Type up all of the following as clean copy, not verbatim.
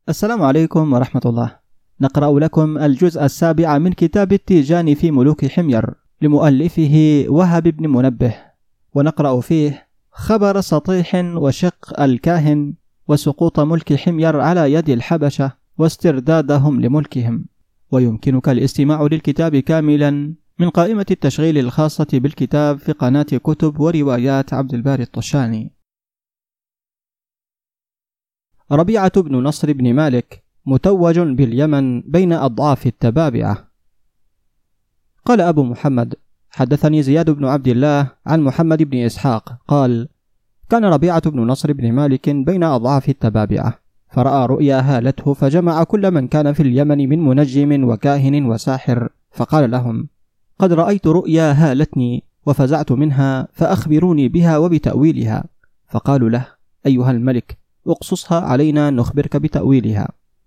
السلام عليكم ورحمة الله. نقرأ لكم الجزء 7 من كتاب التيجان في ملوك حمير لمؤلفه وهب بن منبه، ونقرأ فيه خبر سطيح وشق الكاهن وسقوط ملك حمير على يد الحبشة واستردادهم لملكهم. ويمكنك الاستماع للكتاب كاملا من قائمة التشغيل الخاصة بالكتاب في قناة كتب وروايات عبد الباري الطشاني. ربيعة بن نصر بن مالك متوج باليمن بين أضعاف التبابعة. قال أبو محمد: حدثني زياد بن عبد الله عن محمد بن إسحاق قال: كان ربيعة بن نصر بن مالك بين أضعاف التبابعة، فرأى رؤيا هالته، فجمع كل من كان في اليمن من منجم وكاهن وساحر، فقال لهم: قد رأيت رؤيا هالتني وفزعت منها، فأخبروني بها وبتأويلها. فقالوا له: أيها الملك، اقصصها علينا نخبرك بتأويلها.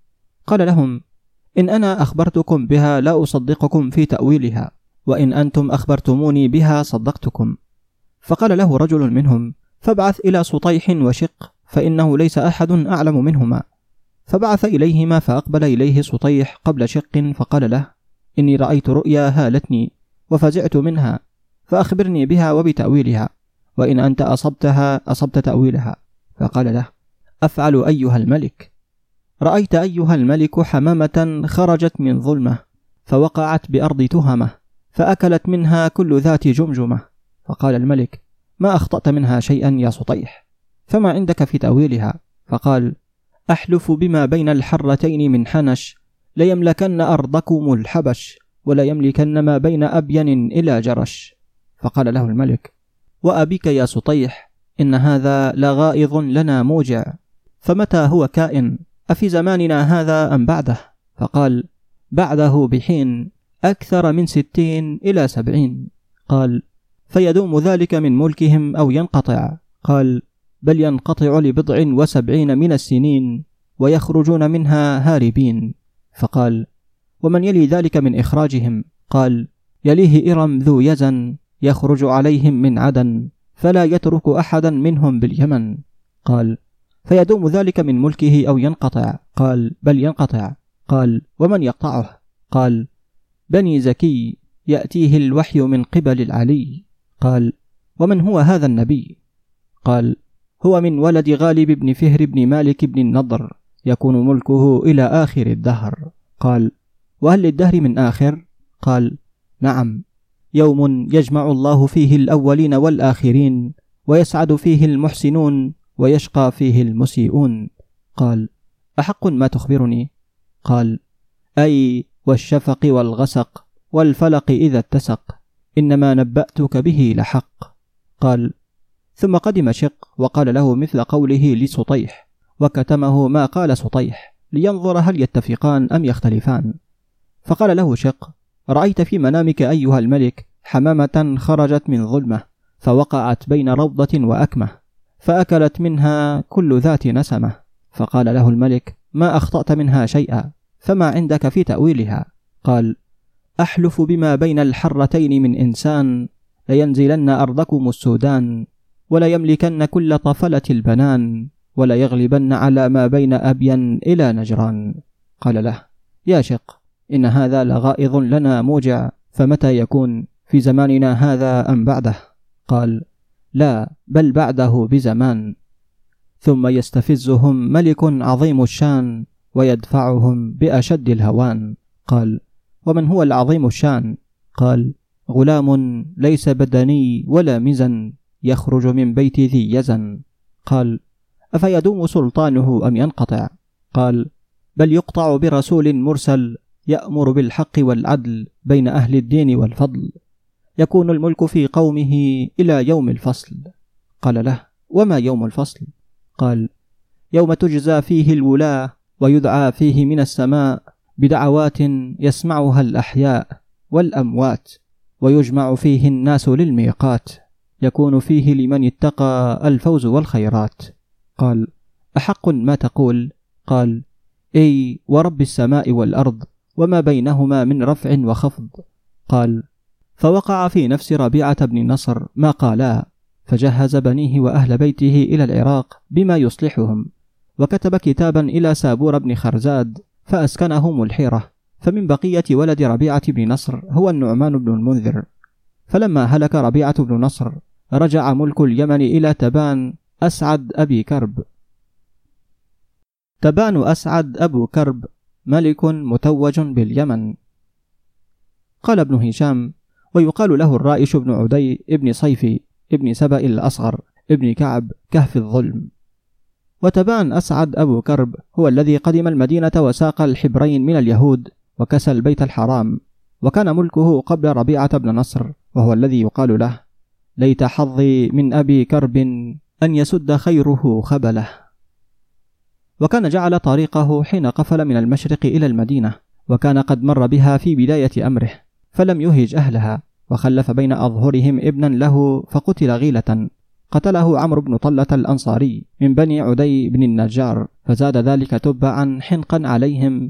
قال لهم: إن أنا أخبرتكم بها لا أصدقكم في تأويلها، وإن أنتم أخبرتموني بها صدقتكم. فقال له رجل منهم: فابعث إلى سطيح وشق، فإنه ليس أحد أعلم منهما. فبعث إليهما، فأقبل إليه سطيح قبل شق، فقال له: إني رأيت رؤيا هالتني وفزعت منها، فأخبرني بها وبتأويلها، وإن أنت أصبتها أصبت تأويلها. فقال له: أفعل أيها الملك. رأيت أيها الملك حمامة خرجت من ظلمة، فوقعت بأرض تهمة، فأكلت منها كل ذات جمجمة. فقال الملك: ما أخطأت منها شيئا يا سطيح، فما عندك في تأويلها؟ فقال: أحلف بما بين الحرتين من حنش، ليملكن أرضكم الحبش، ولا يملكن ما بين أبين إلى جرش. فقال له الملك: وأبيك يا سطيح، إن هذا لغائظ لنا موجع، فمتى هو كائن؟ أفي زماننا هذا أم بعده؟ فقال: بعده بحين، أكثر من 60 إلى 70. قال: فيدوم ذلك من ملكهم أو ينقطع؟ قال: بل ينقطع ل70 من السنين، ويخرجون منها هاربين. فقال: ومن يلي ذلك من إخراجهم؟ قال: يليه إرم ذو يزن، يخرج عليهم من عدن، فلا يترك أحدا منهم باليمن. قال: فيدوم ذلك من ملكه أو ينقطع؟ قال: بل ينقطع. قال: ومن يقطعه؟ قال: بني زكي، يأتيه الوحي من قبل العلي. قال: ومن هو هذا النبي؟ قال: هو من ولد غالب بن فهر بن مالك بن النضر، يكون ملكه إلى آخر الدهر. قال: وهل للدهر من آخر؟ قال: نعم، يوم يجمع الله فيه الأولين والآخرين، ويسعد فيه المحسنون، ويشقى فيه المسيئون. قال: أحق ما تخبرني؟ قال: أي والشفق والغسق والفلق إذا اتسق، إنما نبأتك به لحق. قال: ثم قدم شق وقال له مثل قوله لسطيح، وكتمه ما قال سطيح لينظر هل يتفقان أم يختلفان. فقال له شق: رأيت في منامك أيها الملك حمامة خرجت من ظلمة، فوقعت بين روضة وأكمة، فأكلت منها كل ذات نسمة. فقال له الملك: ما أخطأت منها شيئا، فما عندك في تأويلها؟ قال: أحلف بما بين الحرتين من إنسان، لينزلن أرضكم السودان، ولا يملكن كل طفلة البنان، ولا يغلبن على ما بين أبين إلى نجران. قال له: يا شق، إن هذا لغائظ لنا موجع، فمتى يكون؟ في زماننا هذا أم بعده؟ قال: لا، بل بعده بزمان. ثم يستفزهم ملك عظيم الشان، ويدفعهم بأشد الهوان. قال: ومن هو العظيم الشان؟ قال: غلام ليس بدني ولا مزن، يخرج من بيت ذي يزن. قال: أفيدوم سلطانه أم ينقطع؟ قال: بل يقطع برسول مرسل، يأمر بالحق والعدل بين أهل الدين والفضل، يكون الملك في قومه إلى يوم الفصل. قال له: وما يوم الفصل؟ قال: يوم تجزى فيه الولاة، ويدعى فيه من السماء بدعوات يسمعها الأحياء والأموات، ويجمع فيه الناس للميقات، يكون فيه لمن اتقى الفوز والخيرات. قال: أحق ما تقول؟ قال: أي ورب السماء والأرض وما بينهما من رفع وخفض. قال: فوقع في نفس ربيعة بن نصر ما قالا، فجهز بنيه وأهل بيته إلى العراق بما يصلحهم، وكتب كتابا إلى سابور بن خرزاد فأسكنهم الحيرة. فمن بقية ولد ربيعة بن نصر هو النعمان بن المنذر. فلما هلك ربيعة بن نصر رجع ملك اليمن إلى تبان أسعد أبي كرب. تبان أسعد أبو كرب ملك متوج باليمن. قال ابن هشام: ويقال له الرائش بن عدي ابن صيفي ابن سبأ الأصغر ابن كعب كهف الظلم. وتبان أسعد أبو كرب هو الذي قدم المدينة وساق الحبرين من اليهود وكسى البيت الحرام، وكان ملكه قبل ربيعة بن نصر، وهو الذي يقال له: ليت حظي من أبي كرب أن يسد خيره خبله. وكان جعل طريقه حين قفل من المشرق إلى المدينة، وكان قد مر بها في بداية أمره، فلم يهج أهلها، وخلف بين أظهرهم ابنا له فقتل غيلة، قتله عمرو بن طلة الأنصاري من بني عدي بن النجار، فزاد ذلك تبعا حنقا عليهم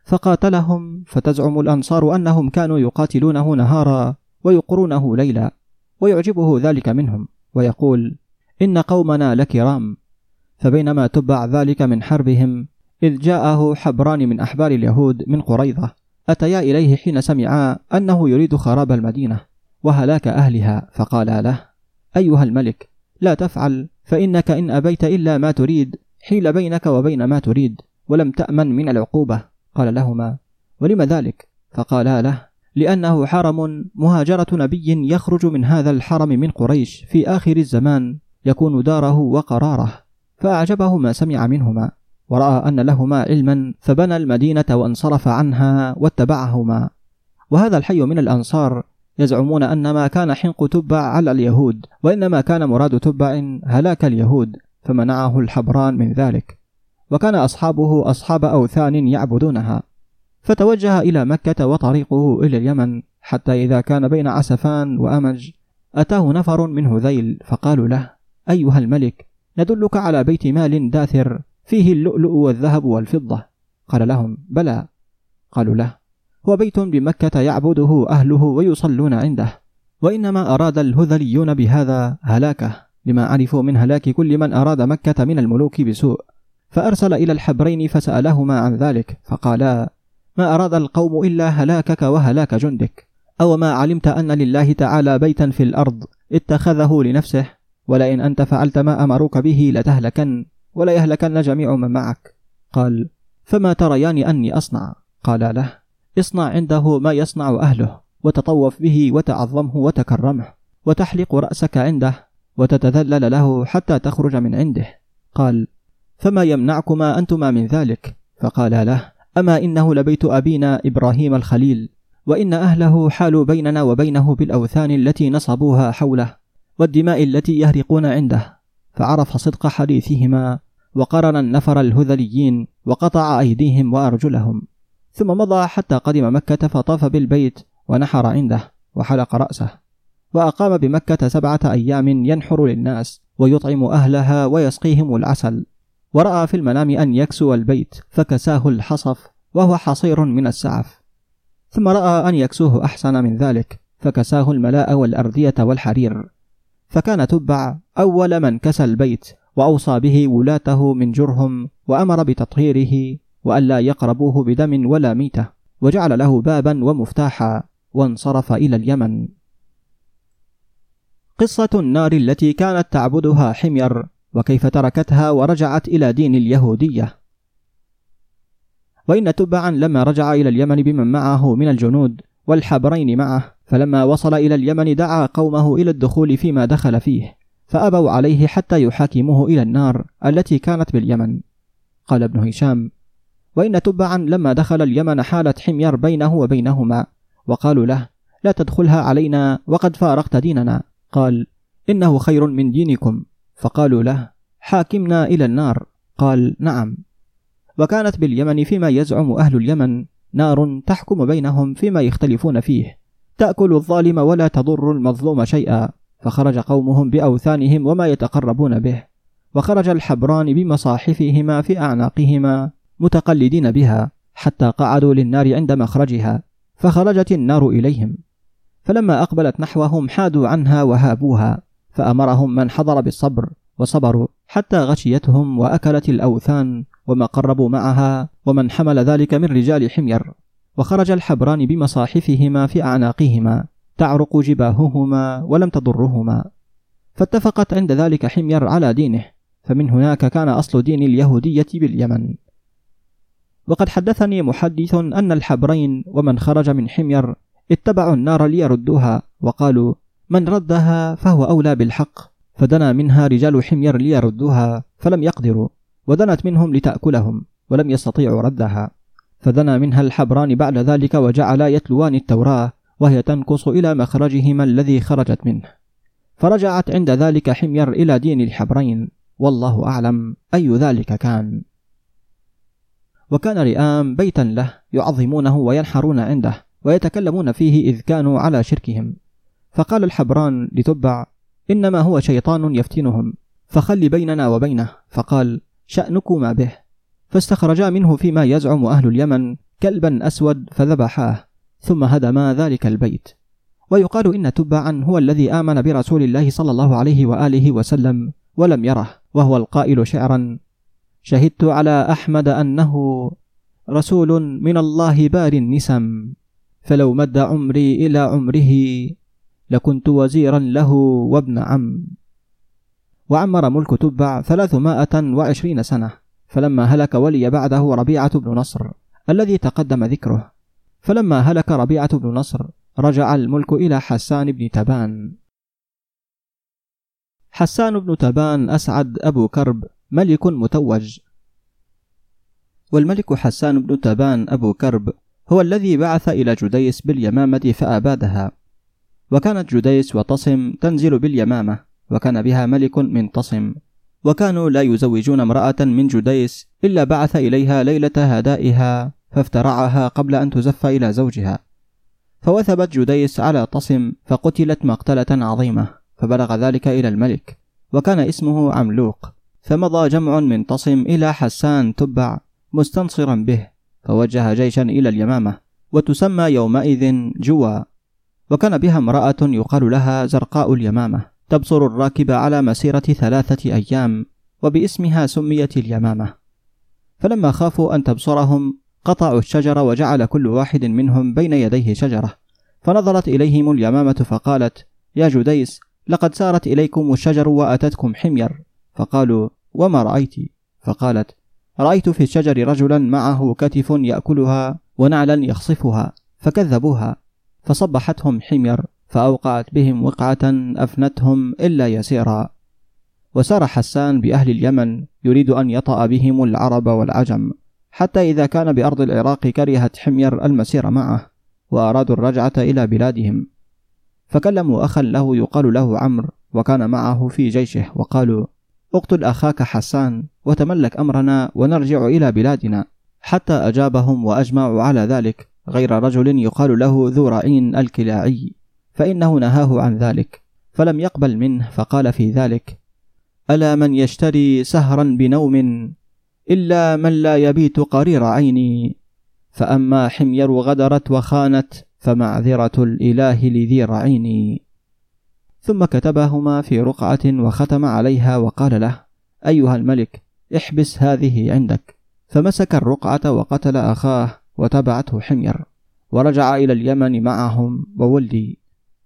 فقاتلهم. فتزعم الأنصار أنهم كانوا يقاتلونه نهارا ويقرونه ليلا، ويعجبه ذلك منهم، ويقول: إن قومنا لكرام. فبينما تبع ذلك من حربهم إذ جاءه حبران من أحبار اليهود من قريظة، أتيا إليه حين سمعا أنه يريد خراب المدينة وهلاك أهلها، فقالا له: أيها الملك، لا تفعل، فإنك إن أبيت إلا ما تريد حيل بينك وبين ما تريد، ولم تأمن من العقوبة. قال لهما: ولم ذلك؟ فقالا له: لأنه حرم مهاجرة نبي يخرج من هذا الحرم من قريش في آخر الزمان يكون داره وقراره. فأعجبه ما سمع منهما، ورأى أن لهما علما، فبنى المدينة وانصرف عنها واتبعهما. وهذا الحي من الأنصار يزعمون أن ما كان حنق تبع على اليهود، وإنما كان مراد تبع هلاك اليهود، فمنعه الحبران من ذلك. وكان أصحابه أصحاب أوثان يعبدونها، فتوجه إلى مكة وطريقه إلى اليمن، حتى إذا كان بين عسفان وأمج أتاه نفر من هذيل فقالوا له: أيها الملك، ندلك على بيت مال داثر فيه اللؤلؤ والذهب والفضة. قال لهم: بلى. قالوا له: هو بيت بمكة يعبده أهله ويصلون عنده. وإنما أراد الهذليون بهذا هلاكه، لما عرفوا من هلاك كل من أراد مكة من الملوك بسوء. فأرسل إلى الحبرين فسألهما عن ذلك، فقالا: ما أراد القوم إلا هلاكك وهلاك جندك، أو ما علمت أن لله تعالى بيتا في الأرض اتخذه لنفسه، ولئن أنت فعلت ما أمروك به لتهلكن، ولا يهلكن جميع من معك. قال: فما تريان أني أصنع؟ قال له: اصنع عنده ما يصنع أهله، وتطوف به وتعظمه وتكرمه، وتحلق رأسك عنده، وتتذلل له حتى تخرج من عنده. قال: فما يمنعكما أنتما من ذلك؟ فقال له: أما إنه لبيت أبينا إبراهيم الخليل، وإن أهله حالوا بيننا وبينه بالأوثان التي نصبوها حوله، والدماء التي يهرقون عنده. فعرف صدق حديثهما، وقرن النفر الهذليين وقطع أيديهم وأرجلهم، ثم مضى حتى قدم مكة، فطاف بالبيت ونحر عنده وحلق رأسه، وأقام بمكة 7 أيام ينحر للناس ويطعم أهلها ويسقيهم العسل. ورأى في المنام أن يكسو البيت، فكساه الحصف وهو حصير من السعف. ثم رأى أن يكسوه أحسن من ذلك، فكساه الملاء والأردية والحرير. فكان تبع أول من كسى البيت، وأوصى به ولاته من جرهم، وأمر بتطهيره وألا يقربوه بدم ولا ميتة، وجعل له بابا ومفتاحا، وانصرف إلى اليمن. قصة النار التي كانت تعبدها حمير، وكيف تركتها ورجعت إلى دين اليهودية. وإن تبعا لما رجع إلى اليمن بمن معه من الجنود والحبرين معه، فلما وصل إلى اليمن دعا قومه إلى الدخول فيما دخل فيه، فأبوا عليه حتى يحاكموه إلى النار التي كانت باليمن. قال ابن هشام: وإن تبعا لما دخل اليمن حالت حمير بينه وبينهما، وقالوا له: لا تدخلها علينا وقد فارقت ديننا. قال: إنه خير من دينكم. فقالوا له: حاكمنا إلى النار. قال: نعم. وكانت باليمن فيما يزعم أهل اليمن نار تحكم بينهم فيما يختلفون فيه، تأكل الظالم ولا تضر المظلوم شيئا. فخرج قومهم بأوثانهم وما يتقربون به، وخرج الحبران بمصاحفهما في أعناقهما متقلدين بها، حتى قعدوا للنار عند مخرجها، فخرجت النار إليهم. فلما أقبلت نحوهم حادوا عنها وهابوها، فأمرهم من حضر بالصبر، وصبروا حتى غشيتهم وأكلت الأوثان وما قربوا معها ومن حمل ذلك من رجال حمير. وخرج الحبران بمصاحفهما في أعناقهما تعرق جباههما ولم تضرهما، فاتفقت عند ذلك حمير على دينه، فمن هناك كان أصل دين اليهودية باليمن. وقد حدثني محدث أن الحبرين ومن خرج من حمير اتبعوا النار ليردوها، وقالوا من ردها فهو أولى بالحق، فدنا منها رجال حمير ليردوها فلم يقدروا، ودنت منهم لتأكلهم ولم يستطيعوا ردها، فدنا منها الحبران بعد ذلك وجعلا يتلوان التوراة وهي تنقص إلى مخرجهما الذي خرجت منه، فرجعت عند ذلك حمير إلى دين الحبرين، والله أعلم أي ذلك كان. وكان رئام بيتا له يعظمونه وينحرون عنده ويتكلمون فيه إذ كانوا على شركهم، فقال الحبران لتبع إنما هو شيطان يفتنهم، فخل بيننا وبينه، فقال شأنكما به، فاستخرجا منه فيما يزعم أهل اليمن كلبا أسود فذبحاه ثم هدما ذلك البيت. ويقال إن تبعا هو الذي آمن برسول الله صلى الله عليه وآله وسلم ولم يره، وهو القائل شعرا شهدت على أحمد أنه رسول من الله بار النسم، فلو مد عمري إلى عمره لكنت وزيرا له وابن عم. وعمر ملك تبع 320 سنة، فلما هلك ولي بعده ربيعة بن نصر الذي تقدم ذكره، فلما هلك ربيعة بن نصر رجع الملك إلى حسان بن تبان. حسان بن تبان أسعد أبو كرب ملك متوج. والملك حسان بن تبان أبو كرب هو الذي بعث إلى جديس باليمامة فأبادها، وكانت جديس وطصم تنزل باليمامة، وكان بها ملك من طصم، وكانوا لا يزوجون امرأة من جديس إلا بعث إليها ليلة هدائها فافترعها قبل أن تزف إلى زوجها، فوثبت جديس على طصم فقتلت مقتلة عظيمة، فبلغ ذلك إلى الملك، وكان اسمه عملوق، فمضى جمع من طصم إلى حسان تبع مستنصرا به، فوجه جيشا إلى اليمامة، وتسمى يومئذ جوى، وكان بها امرأة يقال لها زرقاء اليمامة تبصر الراكب على مسيرة 3 أيام، وباسمها سميت اليمامة. فلما خافوا أن تبصرهم قطعوا الشجر، وجعل كل واحد منهم بين يديه شجرة، فنظرت إليهم اليمامة فقالت يا جديس لقد سارت إليكم الشجر وأتتكم حمير، فقالوا وما رأيت؟ فقالت رأيت في الشجر رجلا معه كتف يأكلها ونعلا يخصفها، فكذبوها، فصبحتهم حمير فأوقعت بهم وقعة أفنتهم إلا يسيرا. وسار حسان بأهل اليمن يريد أن يطأ بهم العرب والعجم، حتى إذا كان بأرض العراق كرهت حمير المسير معه، وأرادوا الرجعة إلى بلادهم، فكلموا أخا له يقال له عمرو وكان معه في جيشه، وقالوا اقتل أخاك حسان وتملك أمرنا ونرجع إلى بلادنا، حتى أجابهم وأجمعوا على ذلك غير رجل يقال له ذو رعين الكلاعي، فإنه نهاه عن ذلك فلم يقبل منه، فقال في ذلك ألا من يشتري سهرا بنوم إلا من لا يبيت قرير عيني، فأما حمير غدرت وخانت فمعذرة الإله لذي رعيني. ثم كتبهما في رقعة وختم عليها وقال له أيها الملك احبس هذه عندك، فمسك الرقعة وقتل أخاه وتبعته حمير، ورجع إلى اليمن معهم وولدي.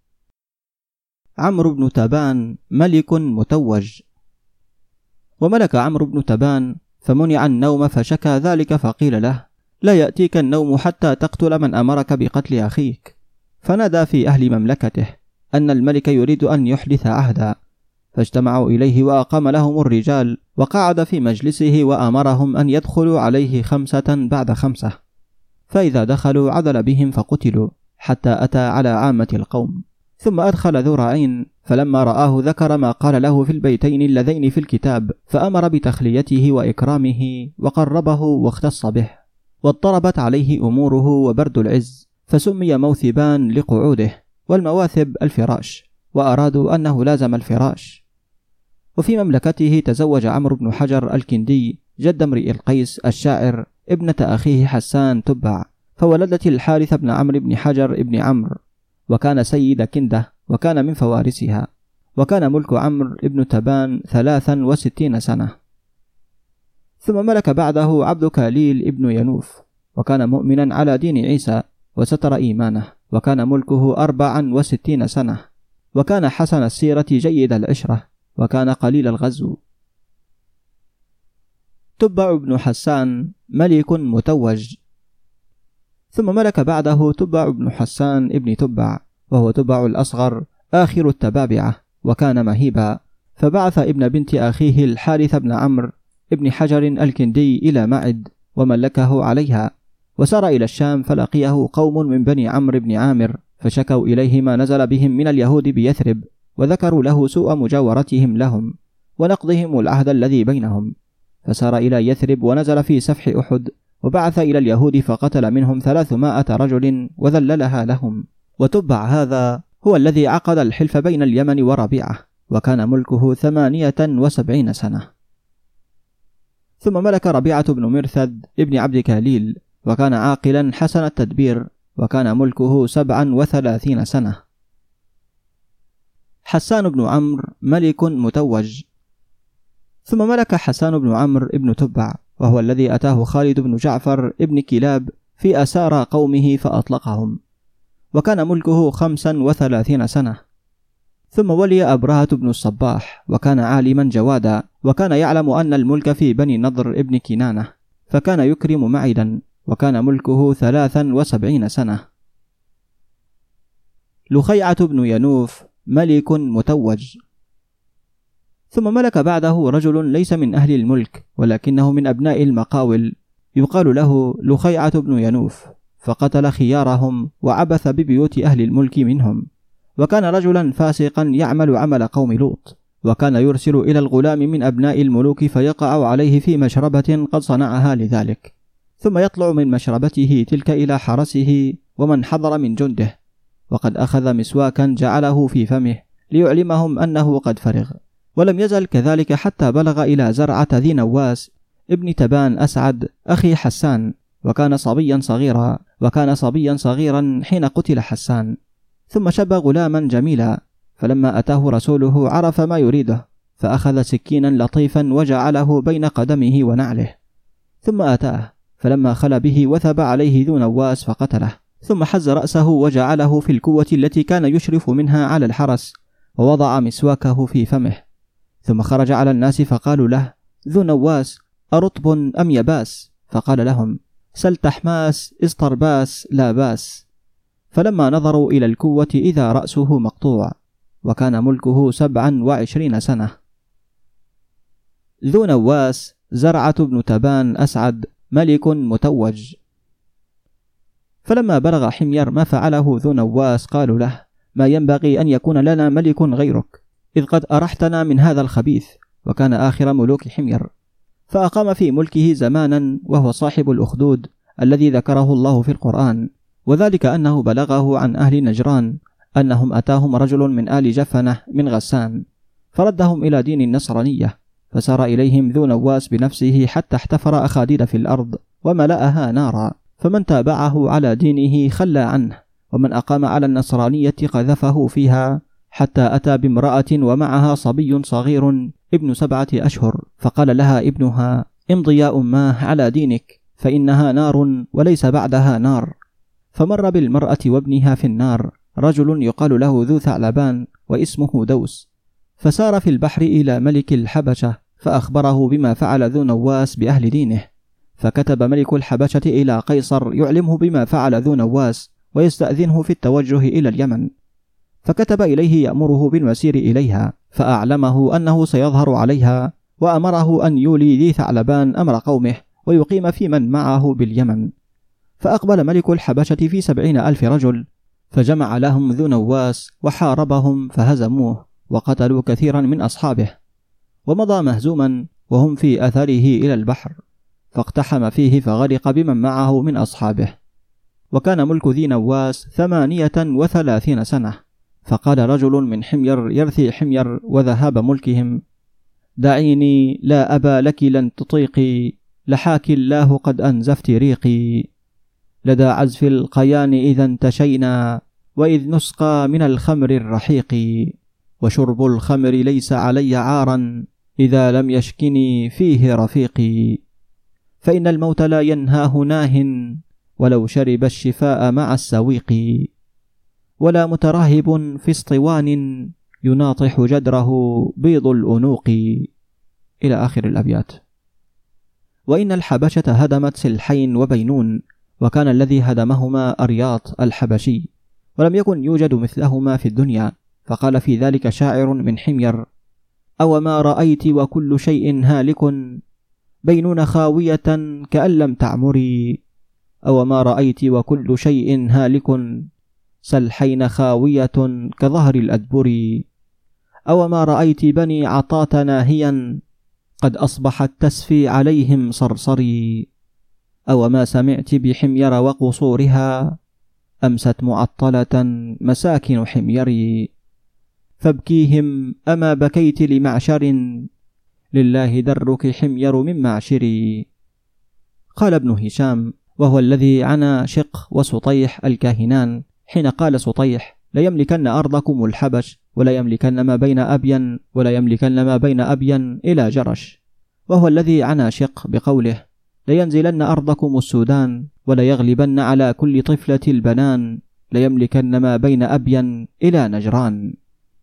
عمرو بن تبان ملك متوج. وملك عمرو بن تبان فمنع النوم، فشكى ذلك، فقيل له لا يأتيك النوم حتى تقتل من أمرك بقتل أخيك، فنادى في أهل مملكته أن الملك يريد أن يحدث عهدا، فاجتمعوا إليه وأقام لهم الرجال، وقعد في مجلسه وأمرهم أن يدخلوا عليه 5 بعد 5، فإذا دخلوا عدل بهم فقتلوا حتى أتى على عامة القوم، ثم أدخل ذو رعين، فلما رآه ذكر ما قال له في البيتين اللذين في الكتاب، فأمر بتخليته وإكرامه وقربه واختص به، واضطربت عليه أموره وبرد العز، فسمي موثبان لقعوده، والمواثب الفراش، وأرادوا أنه لازم الفراش. وفي مملكته تزوج عمرو بن حجر الكندي جد امرئ القيس الشاعر ابنة أخيه حسان تبع، فولدت الحارث بن عمرو بن حجر ابن عمرو، وكان سيد كندة، وكان من فوارسها، وكان ملك عمرو ابن تبان 63 سنة. ثم ملك بعده عبد كاليل ابن ينوف، وكان مؤمنا على دين عيسى وستر إيمانه، وكان ملكه 64 سنة، وكان حسن السيرة جيد العشرة، وكان قليل الغزو. تبع بن حسان ملك متوج. ثم ملك بعده تبع بن حسان ابن تبع، وهو تبع الأصغر آخر التبابعة، وكان مهيبا، فبعث ابن بنت أخيه الحارث بن عمرو ابن حجر الكندي إلى معد وملكه عليها، وسار إلى الشام فلقيه قوم من بني عمرو بن عامر، فشكوا إليه ما نزل بهم من اليهود بيثرب، وذكروا له سوء مجاورتهم لهم ونقضهم العهد الذي بينهم، فسار إلى يثرب ونزل في سفح أحد، وبعث إلى اليهود فقتل منهم 300 رجل وذللها لهم. وتبع هذا هو الذي عقد الحلف بين اليمن وربيعة، وكان ملكه 78 سنة. ثم ملك ربيعة بن مرثد ابن عبد كاليل، وكان عاقلا حسن التدبير، وكان ملكه 37 سنة. حسان بن عمرو ملك متوج. ثم ملك حسان بن عمرو ابن تبع، وهو الذي أتاه خالد بن جعفر ابن كلاب في أسارى قومه فأطلقهم، وكان ملكه 35 سنة. ثم ولي أبرهة بن الصباح، وكان عالما جوادا، وكان يعلم أن الملك في بني نضر ابن كنانة، فكان يكرم معدا، وكان ملكه 73 سنة. لخيعة بن ينوف ملك متوج. ثم ملك بعده رجل ليس من أهل الملك، ولكنه من أبناء المقاول، يقال له لخيعة بن ينوف، فقتل خيارهم وعبث ببيوت أهل الملك منهم، وكان رجلا فاسقا يعمل عمل قوم لوط، وكان يرسل إلى الغلام من أبناء الملوك فيقع عليه في مشربة قد صنعها لذلك، ثم يطلع من مشربته تلك إلى حرسه ومن حضر من جنده، وقد أخذ مسواكا جعله في فمه ليعلمهم أنه قد فرغ، ولم يزل كذلك حتى بلغ إلى زرعة ذي نواس ابن تبان أسعد أخي حسان، وكان صبيا صغيرا حين قتل حسان. ثم شب غلاما جميلا، فلما أتاه رسوله عرف ما يريده، فأخذ سكينا لطيفا وجعله بين قدمه ونعله، ثم أتاه، فلما خل به وثب عليه ذو نواس فقتله، ثم حز رأسه وجعله في الكوة التي كان يشرف منها على الحرس، ووضع مسواكه في فمه، ثم خرج على الناس فقالوا له: ذو نواس أرطب أم يباس؟ فقال لهم: سل تحماس استرباس لا باس. فلما نظروا إلى الكوة إذا رأسه مقطوع، وكان ملكه 27 سنة. ذو نواس زرعة بن تبان أسعد ملك متوج. فلما بلغ حمير ما فعله ذو نواس قالوا له: ما ينبغي أن يكون لنا ملك غيرك، إذ قد أرحتنا من هذا الخبيث. وكان آخر ملوك حمير، فأقام في ملكه زمانا، وهو صاحب الأخدود الذي ذكره الله في القرآن، وذلك أنه بلغه عن أهل نجران أنهم أتاهم رجل من آل جفنة من غسان، فردهم إلى دين النصرانية، فسار إليهم ذو نواس بنفسه حتى احتفر أخاديد في الأرض وملأها نارا، فمن تابعه على دينه خلى عنه، ومن أقام على النصرانية قذفه فيها، حتى أتى بامرأة ومعها صبي صغير ابن 7 أشهر، فقال لها ابنها: امضي يا أماه على دينك، فإنها نار وليس بعدها نار. فمر بالمرأة وابنها في النار رجل يقال له ذو ثعلبان واسمه دوس، فسار في البحر إلى ملك الحبشة فأخبره بما فعل ذو نواس بأهل دينه، فكتب ملك الحبشة إلى قيصر يعلمه بما فعل ذو نواس ويستأذنه في التوجه إلى اليمن، فكتب إليه يأمره بالمسير إليها، فأعلمه أنه سيظهر عليها، وأمره أن يولي ذي ثعلبان أمر قومه ويقيم في من معه باليمن. فأقبل ملك الحبشة في 70,000 رجل، فجمع لهم ذو نواس وحاربهم فهزموه وقتلوا كثيرا من أصحابه، ومضى مهزوما وهم في أثره إلى البحر، فاقتحم فيه فغرق بمن معه من أصحابه. وكان ملك ذي نواس 38 سنة. فقال رجل من حمير يرثي حمير وذهاب ملكهم: دعيني لا أبا لك لن تطيقي، لحاك الله قد أنزفت ريقي، لدى عزف القيان إذا انتشينا، وإذ نسقى من الخمر الرحيق، وشرب الخمر ليس علي عارا إذا لم يشكني فيه رفيقي، فإن الموت لا ينهاه ناه ولو شرب الشفاء مع السويق، ولا مترهب في اسطوان يناطح جدره بيض الأنوق، إلى آخر الأبيات. وإن الحبشة هدمت سلحين وبينون، وكان الذي هدمهما أرياط الحبشي، ولم يكن يوجد مثلهما في الدنيا. فقال في ذلك شاعر من حمير: أو ما رأيت وكل شيء هالك، بينون خاوية كأن لم تعمري، أو ما رأيت وكل شيء هالك، سلحين خاوية كظهر الأدبر، أو ما رأيت بني عطاة ناهيا، قد أصبحت تسفي عليهم صرصري، أو ما سمعت بحمير وقصورها، أمست معطلة مساكن حميري، فابكيهم أما بكيت لمعشر، لله درك حمير من معشري. قال ابن هشام، وهو الذي عنا شق وسطيح الكاهنان، حين قال سطيح: ليملكن أرضكم الحبش، ولا يملكن ما بين أبين، ولا يملكن ما بين أبين إلى جرش. وهو الذي عنا شق بقوله: لينزلن أرضكم السودان، ولا يغلبن على كل طفلة البنان، ليملكن ما بين أبين إلى نجران.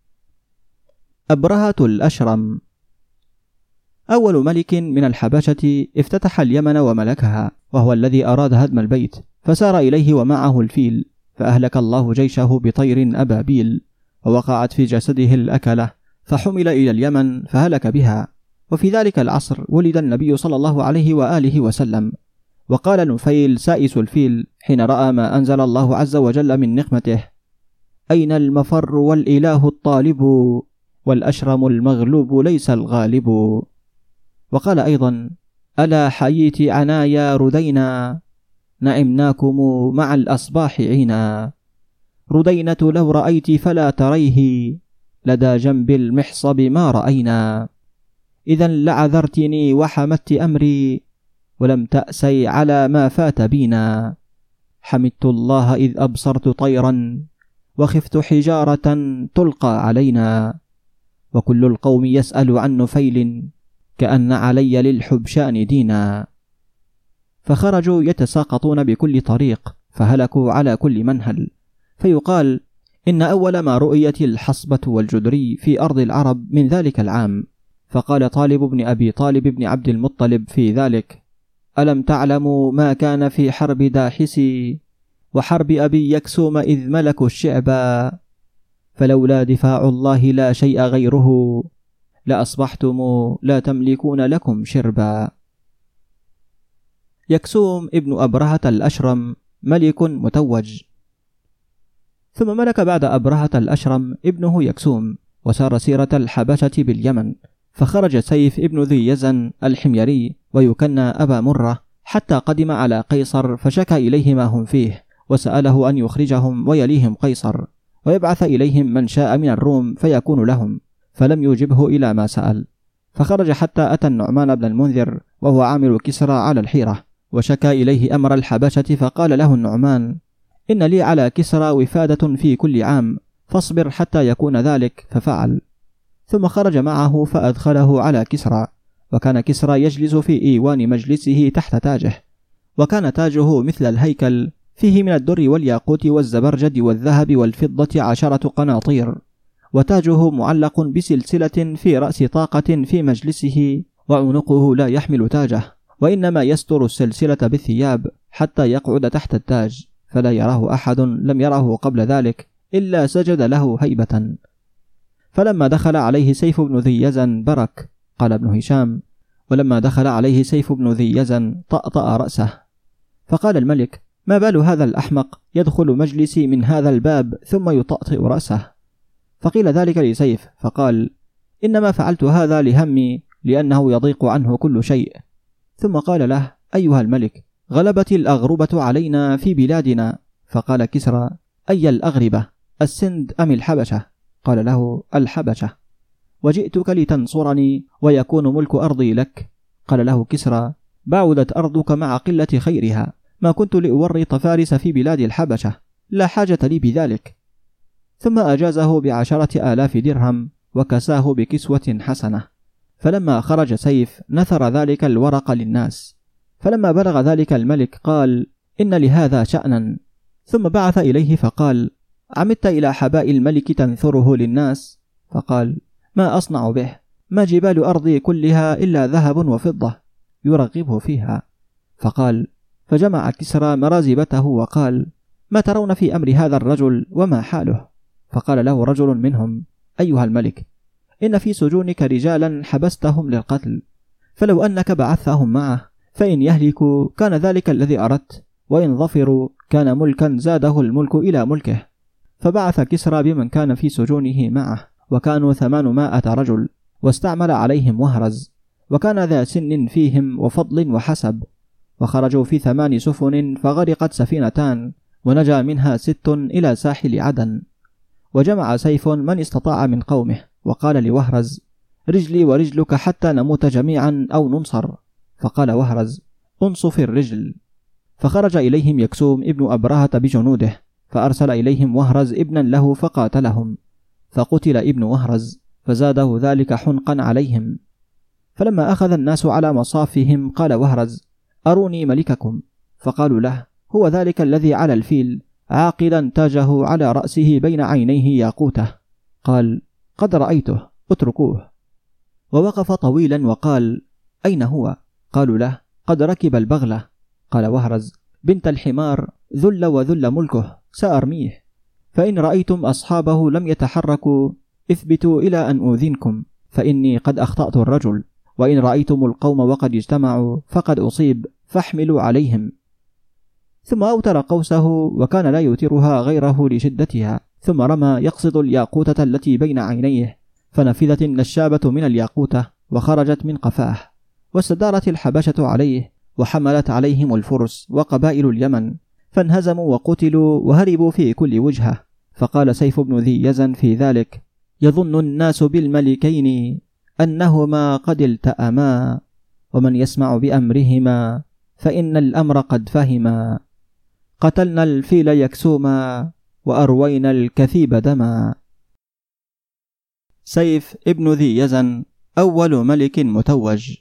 أبرهة الأشرم أول ملك من الحبشة افتتح اليمن وملكها، وهو الذي أراد هدم البيت، فسار إليه ومعه الفيل، فأهلك الله جيشه بطير أبابيل، ووقعت في جسده الأكلة، فحمل إلى اليمن فهلك بها. وفي ذلك العصر ولد النبي صلى الله عليه وآله وسلم. وقال نفيل سائس الفيل حين رأى ما أنزل الله عز وجل من نقمته: أين المفر والإله الطالب، والأشرم المغلوب ليس الغالب. وقال أيضا: ألا حييت عنايا ردينا، نعمناكم مع الأصباح عينا، ردينة لو رأيت فلا تريه، لدى جنب المحصب ما رأينا، إذا لعذرتني وحمدت أمري، ولم تأسي على ما فات بينا، حمدت الله إذ أبصرت طيرا، وخفت حجارة تلقى علينا، وكل القوم يسأل عن نفيل، كأن علي للحبشان دينا. فخرجوا يتساقطون بكل طريق، فهلكوا على كل منهل. فيقال إن أول ما رؤيت الحصبة والجدري في أرض العرب من ذلك العام. فقال طالب بن أبي طالب بن عبد المطلب في ذلك: ألم تعلموا ما كان في حرب داحسي، وحرب أبي يكسوم إذ ملكوا الشعبا، فلولا دفاع الله لا شيء غيره، لأصبحتم لا تملكون لكم شربا. يكسوم ابن أبرهة الأشرم ملك متوج. ثم ملك بعد أبرهة الأشرم ابنه يكسوم، وسار سيرة الحبشة باليمن، فخرج سيف ابن ذي يزن الحميري ويكنى أبا مرة، حتى قدم على قيصر، فشكى إليه ما هم فيه، وسأله أن يخرجهم ويليهم قيصر، ويبعث إليهم من شاء من الروم فيكون لهم، فلم يجبه إلى ما سأل. فخرج حتى أتى النعمان بن المنذر وهو عامل كسرى على الحيرة، وشكى إليه أمر الحبشة، فقال له النعمان: إن لي على كسرى وفادة في كل عام، فاصبر حتى يكون ذلك. ففعل، ثم خرج معه فأدخله على كسرى. وكان كسرى يجلس في إيوان مجلسه تحت تاجه، وكان تاجه مثل الهيكل، فيه من الدر والياقوت والزبرجد والذهب والفضة 10 قناطير، وتاجه معلق بسلسلة في رأس طاقة في مجلسه، وعنقه لا يحمل تاجه، وإنما يستر السلسلة بالثياب حتى يقعد تحت التاج، فلا يراه أحد لم يره قبل ذلك إلا سجد له هيبة. فلما دخل عليه سيف بن ذي يزن برك. قال ابن هشام: ولما دخل عليه سيف بن ذي يزن طأطأ رأسه، فقال الملك: ما بال هذا الأحمق يدخل مجلسي من هذا الباب ثم يطأطئ رأسه؟ فقيل ذلك لسيف، فقال: إنما فعلت هذا لهمي، لأنه يضيق عنه كل شيء. ثم قال له: أيها الملك، غلبت الأغربة علينا في بلادنا. فقال كسرى: أي الأغربة، السند أم الحبشة؟ قال له: الحبشة. وجئتك لتنصرني ويكون ملك أرضي لك. قال له كسرى: بعدت أرضك مع قلة خيرها، ما كنت لأورط فارس في بلاد الحبشة، لا حاجة لي بذلك. ثم أجازه ب10,000 درهم وكساه بكسوة حسنة. فلما خرج سيف نثر ذلك الورق للناس، فلما بلغ ذلك الملك قال: إن لهذا شأنا. ثم بعث إليه فقال: عمدت إلى حباء الملك تنثره للناس؟ فقال: ما أصنع به؟ ما جبال أرضي كلها إلا ذهب وفضة يرغبه فيها. فقال: فجمع كسرى مرازبته وقال: ما ترون في أمر هذا الرجل وما حاله؟ فقال له رجل منهم: أيها الملك، إن في سجونك رجالا حبستهم للقتل، فلو أنك بعثهم معه فإن يهلكوا كان ذلك الذي أردت، وإن ظفروا كان ملكا زاده الملك إلى ملكه. فبعث كسرى بمن كان في سجونه معه، وكانوا 800 رجل، واستعمل عليهم وهرز، وكان ذا سن فيهم وفضل وحسب. وخرجوا في 8 سفن، فغرقت سفينتان، ونجا منها 6 إلى ساحل عدن. وجمع سيف من استطاع من قومه، وقال لوهرز: رجلي ورجلك حتى نموت جميعا أو ننصر. فقال وهرز: انصف الرجل. فخرج إليهم يكسوم ابن أبرهة بجنوده، فأرسل إليهم وهرز ابنا له فقاتلهم، فقتل ابن وهرز، فزاده ذلك حنقا عليهم. فلما أخذ الناس على مصافهم قال وهرز: أروني ملككم. فقالوا له: هو ذلك الذي على الفيل، عاقدا تاجه على رأسه بين عينيه ياقوته. قال: قد رأيته، اتركوه. ووقف طويلا وقال: أين هو؟ قالوا له: قد ركب البغلة. قال وهرز: بنت الحمار، ذل وذل ملكه، سأرميه، فإن رأيتم أصحابه لم يتحركوا اثبتوا إلى أن أوذنكم، فإني قد أخطأت الرجل، وإن رأيتم القوم وقد اجتمعوا فقد أصيب، فاحملوا عليهم. ثم أوتر قوسه، وكان لا يوترها غيره لشدتها، ثم رمى يقصد الياقوتة التي بين عينيه، فنفذت النشابة من الياقوتة وخرجت من قفاه، واستدارت الحبشة عليه، وحملت عليهم الفرس وقبائل اليمن، فانهزموا وقتلوا وهربوا في كل وجهة. فقال سيف بن ذي يزن في ذلك: يظن الناس بالملكين أنهما قد التأما، ومن يسمع بأمرهما فإن الأمر قد فهما، قتلنا الفيل يكسوما، وأروينا الكثيب دما. سيف ابن ذي يزن أول ملك متوج.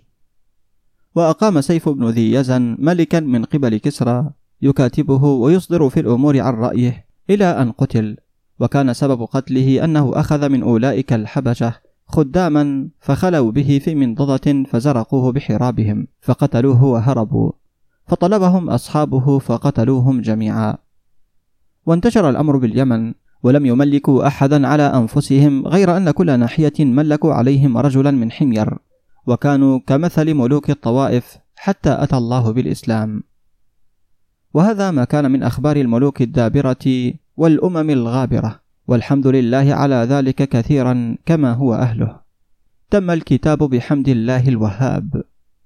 وأقام سيف بن ذي يزن ملكا من قبل كسرى، يكاتبه ويصدر في الأمور عن رأيه، إلى أن قتل. وكان سبب قتله أنه أخذ من أولئك الحبشة خداما، فخلوا به في منضدة، فزرقوه بحرابهم، فقتلوه وهربوا، فطلبهم أصحابه فقتلوهم جميعا. وانتشر الأمر باليمن، ولم يملكوا أحدا على أنفسهم، غير أن كل ناحية ملكوا عليهم رجلا من حمير، وكانوا كمثل ملوك الطوائف، حتى أتى الله بالإسلام. وهذا ما كان من أخبار الملوك الدابرة والأمم الغابرة، والحمد لله على ذلك كثيرا كما هو أهله. تم الكتاب بحمد الله الوهاب.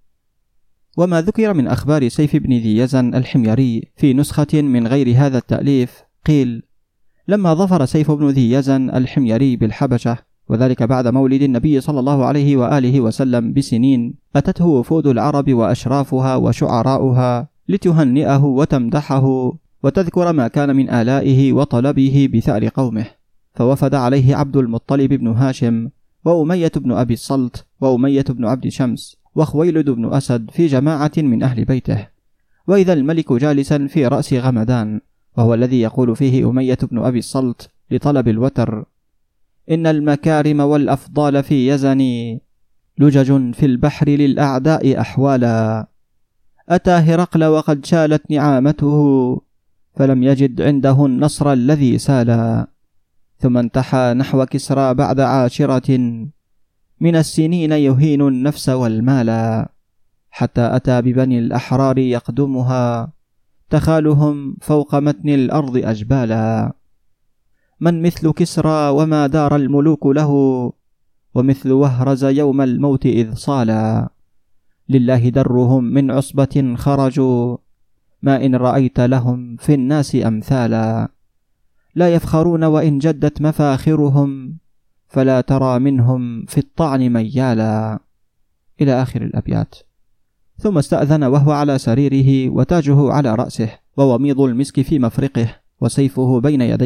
وما ذكر من أخبار سيف بن ذي يزن الحميري في نسخة من غير هذا التأليف، قيل: لما ظفر سيف بن ذي يزن الحميري بالحبشة، وذلك بعد مولد النبي صلى الله عليه وآله وسلم بسنين، أتته وفود العرب وأشرافها وشعراؤها لتهنئه وتمدحه وتذكر ما كان من آلائه وطلبه بثأر قومه، فوفد عليه عبد المطلب بن هاشم، وأمية بن أبي الصلت، وأمية بن عبد شمس، وخويلد بن أسد في جماعة من أهل بيته. وإذا الملك جالسا في رأس غمدان، وهو الذي يقول فيه أمية بن أبي الصلت لطلب الوتر: إن المكارم والأفضال في يزني، لجج في البحر للأعداء أحوالا، أتى هرقل وقد شالت نعامته، فلم يجد عنده النصر الذي سالا، ثم انتحى نحو كسرى بعد 10 من السنين يهين النفس والمال، حتى أتى ببني الأحرار يقدمها، تخالهم فوق متن الأرض أجبالا. من مثل كسرى وما دار الملوك له، ومثل وهرز يوم الموت إذ صالا، لله درهم من عصبة خرجوا، ما إن رأيت لهم في الناس أمثالا، لا يفخرون وإن جدت مفاخرهم، فلا ترى منهم في الطعن ميالا، إلى آخر الأبيات. ثم استأذن وهو على سريره، وتاجه على رأسه، ووميض المسك في مفرقه، وسيفه بين يديه،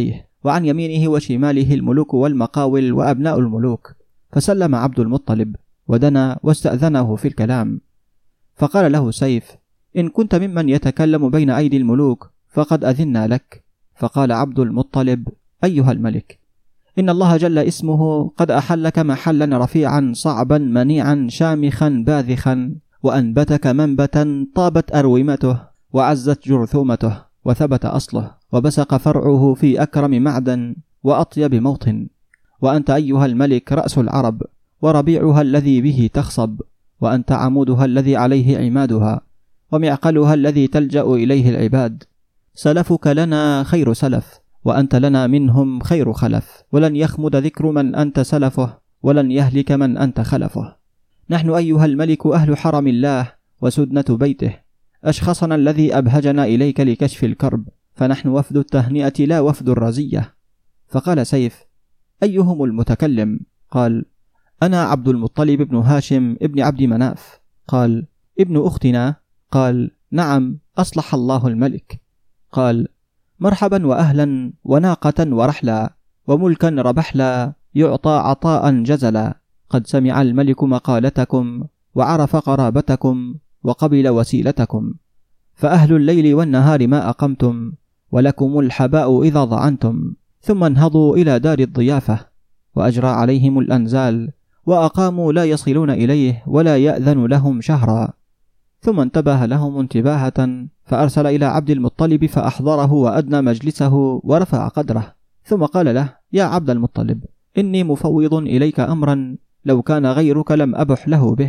وعن يمينه وشماله الملوك والمقاول وأبناء الملوك. فسلم عبد المطلب ودنا واستأذنه في الكلام. فقال له سيف: إن كنت ممن يتكلم بين أيدي الملوك فقد أذنا لك. فقال عبد المطلب: أيها الملك، إن الله جل اسمه قد أحلك محلا رفيعا صعبا منيعا شامخا باذخا، وأنبتك منبتا طابت أرومته وعزت جرثومته وثبت أصله وبسق فرعه في أكرم معدن وأطيب موطن. وأنت أيها الملك رأس العرب وربيعها الذي به تخصب، وأنت عمودها الذي عليه عمادها، ومعقلها الذي تلجأ إليه العباد. سلفك لنا خير سلف، وأنت لنا منهم خير خلف، ولن يخمد ذكر من أنت سلفه، ولن يهلك من أنت خلفه. نحن أيها الملك أهل حرم الله وسدنة بيته، أشخصنا الذي أبهجنا إليك لكشف الكرب، فنحن وفد التهنئة لا وفد الرزية. فقال سيف: أيهم المتكلم؟ قال: أنا عبد المطلب بن هاشم ابن عبد مناف. قال: ابن أختنا؟ قال: نعم، أصلح الله الملك. قال: مرحبا وأهلا، وناقة ورحلا، وملكا ربحلا، يعطى عطاء جزلا. قد سمع الملك مقالتكم، وعرف قرابتكم، وقبل وسيلتكم. فأهل الليل والنهار ما أقمتم، ولكم الحباء إذا ضعنتم. ثم انهضوا إلى دار الضيافة، وأجرى عليهم الأنزال، وأقاموا لا يصلون إليه ولا يأذن لهم شهرا. ثم انتبه لهم انتباهة، فأرسل إلى عبد المطلب فأحضره وأدنى مجلسه ورفع قدره. ثم قال له: يا عبد المطلب، إني مفوض إليك أمرا لو كان غيرك لم أبح له به.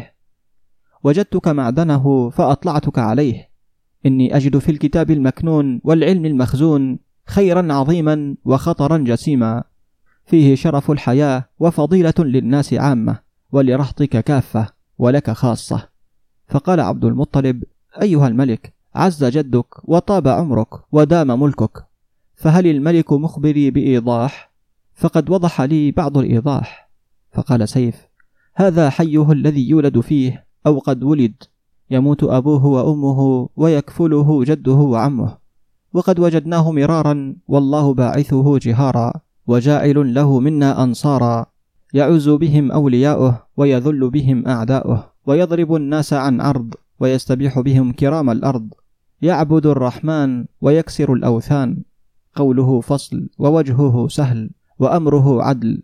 وجدتك معدنه فأطلعتك عليه. إني أجد في الكتاب المكنون والعلم المخزون خيرا عظيما وخطرا جسيما، فيه شرف الحياة وفضيلة للناس عامة، ولرهطك كافة، ولك خاصة. فقال عبد المطلب: أيها الملك، عز جدك وطاب عمرك ودام ملكك، فهل الملك مخبري بإيضاح؟ فقد وضح لي بعض الإيضاح. فقال سيف: هذا حيه الذي يولد فيه أو قد ولد، يموت أبوه وأمه ويكفله جده وعمه، وقد وجدناه مرارا، والله باعثه جهارا، وجاعل له منا أنصارا، يعز بهم أولياؤه ويذل بهم أعداؤه، ويضرب الناس عن عرض، ويستبيح بهم كرام الأرض، يعبد الرحمن ويكسر الأوثان. قوله فصل، ووجهه سهل، وأمره عدل،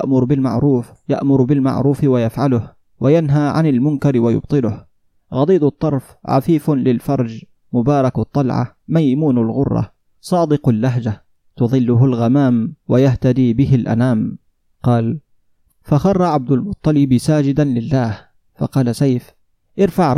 يأمر بالمعروف ويفعله، وينهى عن المنكر ويبطله. غضيض الطرف، عفيف للفرج، مبارك الطلعة، ميمون الغرة، صادق اللهجة، تظله الغمام ويهتدي به الأنام. قال: فخر عبد المطلب ساجدا لله. فقال سيف: ارفع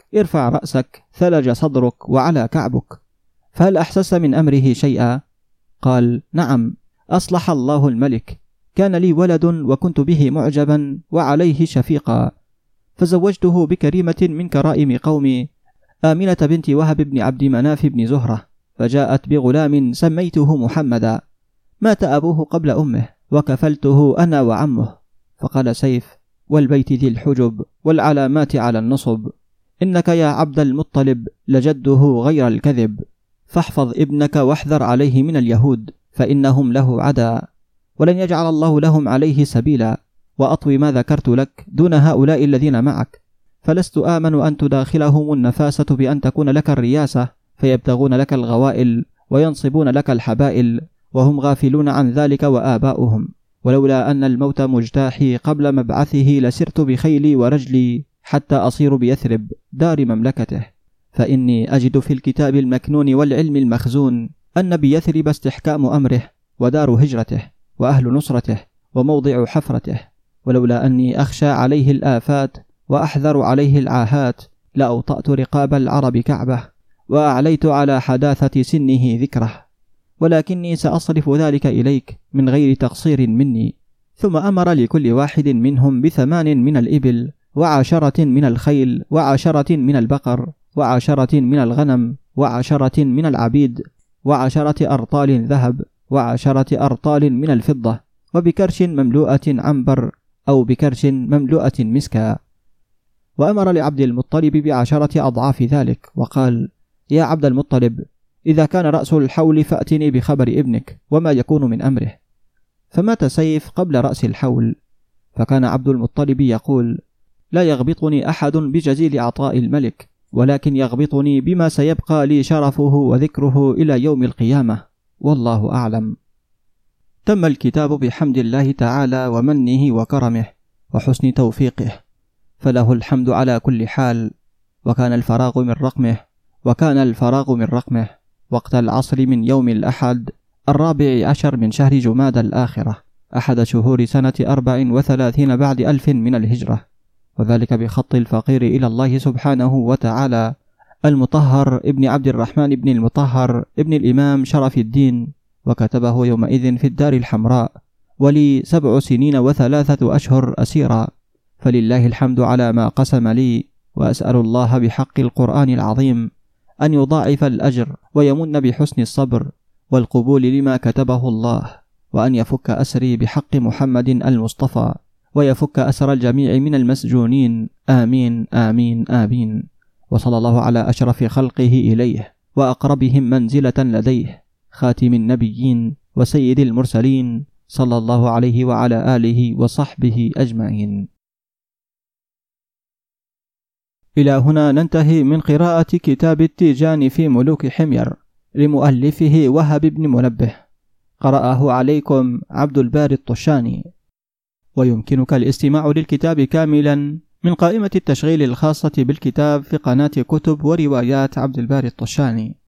رأسك، ثلج صدرك وعلى كعبك. فهل أحسست من أمره شيئا؟ قال: نعم، أصلح الله الملك، كان لي ولد وكنت به معجبا وعليه شفيقا، فزوجته بكريمة من كرائم قومي، آمنة بنت وهب بن عبد مناف بن زهرة، فجاءت بغلام سميته محمدا، مات أبوه قبل أمه، وكفلته أنا وعمه. فقال سيف: والبيت ذي الحجب والعلامات على النصب، إنك يا عبد المطلب لجده غير الكذب، فاحفظ ابنك واحذر عليه من اليهود، فإنهم له عدا، ولن يجعل الله لهم عليه سبيلا. وأطوي ما ذكرت لك دون هؤلاء الذين معك، فلست آمن أن تداخلهم النفاسة بأن تكون لك الرياسة، فيبتغون لك الغوائل وينصبون لك الحبائل، وهم غافلون عن ذلك وآباؤهم. ولولا أن الموت مجتاحي قبل مبعثه لسرت بخيلي ورجلي حتى أصير بيثرب دار مملكته، فإني أجد في الكتاب المكنون والعلم المخزون أن بيثرب استحكام أمره، ودار هجرته، وأهل نصرته، وموضع حفرته. ولولا أني أخشى عليه الآفات وأحذر عليه العاهات لأوطأت رقاب العرب كعبة، وأعليت على حداثة سنه ذكره، ولكني سأصرف ذلك إليك من غير تقصير مني. ثم أمر لكل واحد منهم ب8 من الإبل، 10 من الخيل، 10 من البقر، 10 من الغنم، 10 من العبيد، 10 أرطال ذهب، 10 أرطال من الفضة، وبكرش مملوءة عنبر، أو بكرش مملوءة مسكا. وأمر لعبد المطلب ب10 أضعاف ذلك، وقال: يا عبد المطلب، إذا كان رأس الحول فأتني بخبر ابنك وما يكون من أمره. فمات سيف قبل رأس الحول. فكان عبد المطلب يقول: لا يغبطني أحد بجزيل عطاء الملك، ولكن يغبطني بما سيبقى لي شرفه وذكره إلى يوم القيامة، والله أعلم. تم الكتاب بحمد الله تعالى ومنه وكرمه وحسن توفيقه، فله الحمد على كل حال. وكان الفراغ من رقمه وقت العصر من يوم الأحد 14 من شهر جمادى الآخرة، أحد شهور سنة 34 بعد 1000 من الهجرة، وذلك بخط الفقير إلى الله سبحانه وتعالى المطهر ابن عبد الرحمن ابن المطهر ابن الإمام شرف الدين، وكتبه يومئذ في الدار الحمراء، ولي 7 سنين و3 أشهر أسيرا، فلله الحمد على ما قسم لي، وأسأل الله بحق القرآن العظيم أن يضاعف الأجر ويمن بحسن الصبر والقبول لما كتبه الله، وأن يفك أسري بحق محمد المصطفى، ويفك أسر الجميع من المسجونين، آمين آمين آمين. وصلى الله على أشرف خلقه إليه وأقربهم منزلة لديه، خاتم النبيين وسيد المرسلين، صلى الله عليه وعلى آله وصحبه أجمعين. إلى هنا ننتهي من قراءة كتاب التيجان في ملوك حمير لمؤلفه وهب بن منبه، قرأه عليكم عبد الباري الطشاني. ويمكنك الاستماع للكتاب كاملا من قائمة التشغيل الخاصة بالكتاب في قناة كتب وروايات عبد الباري الطشاني.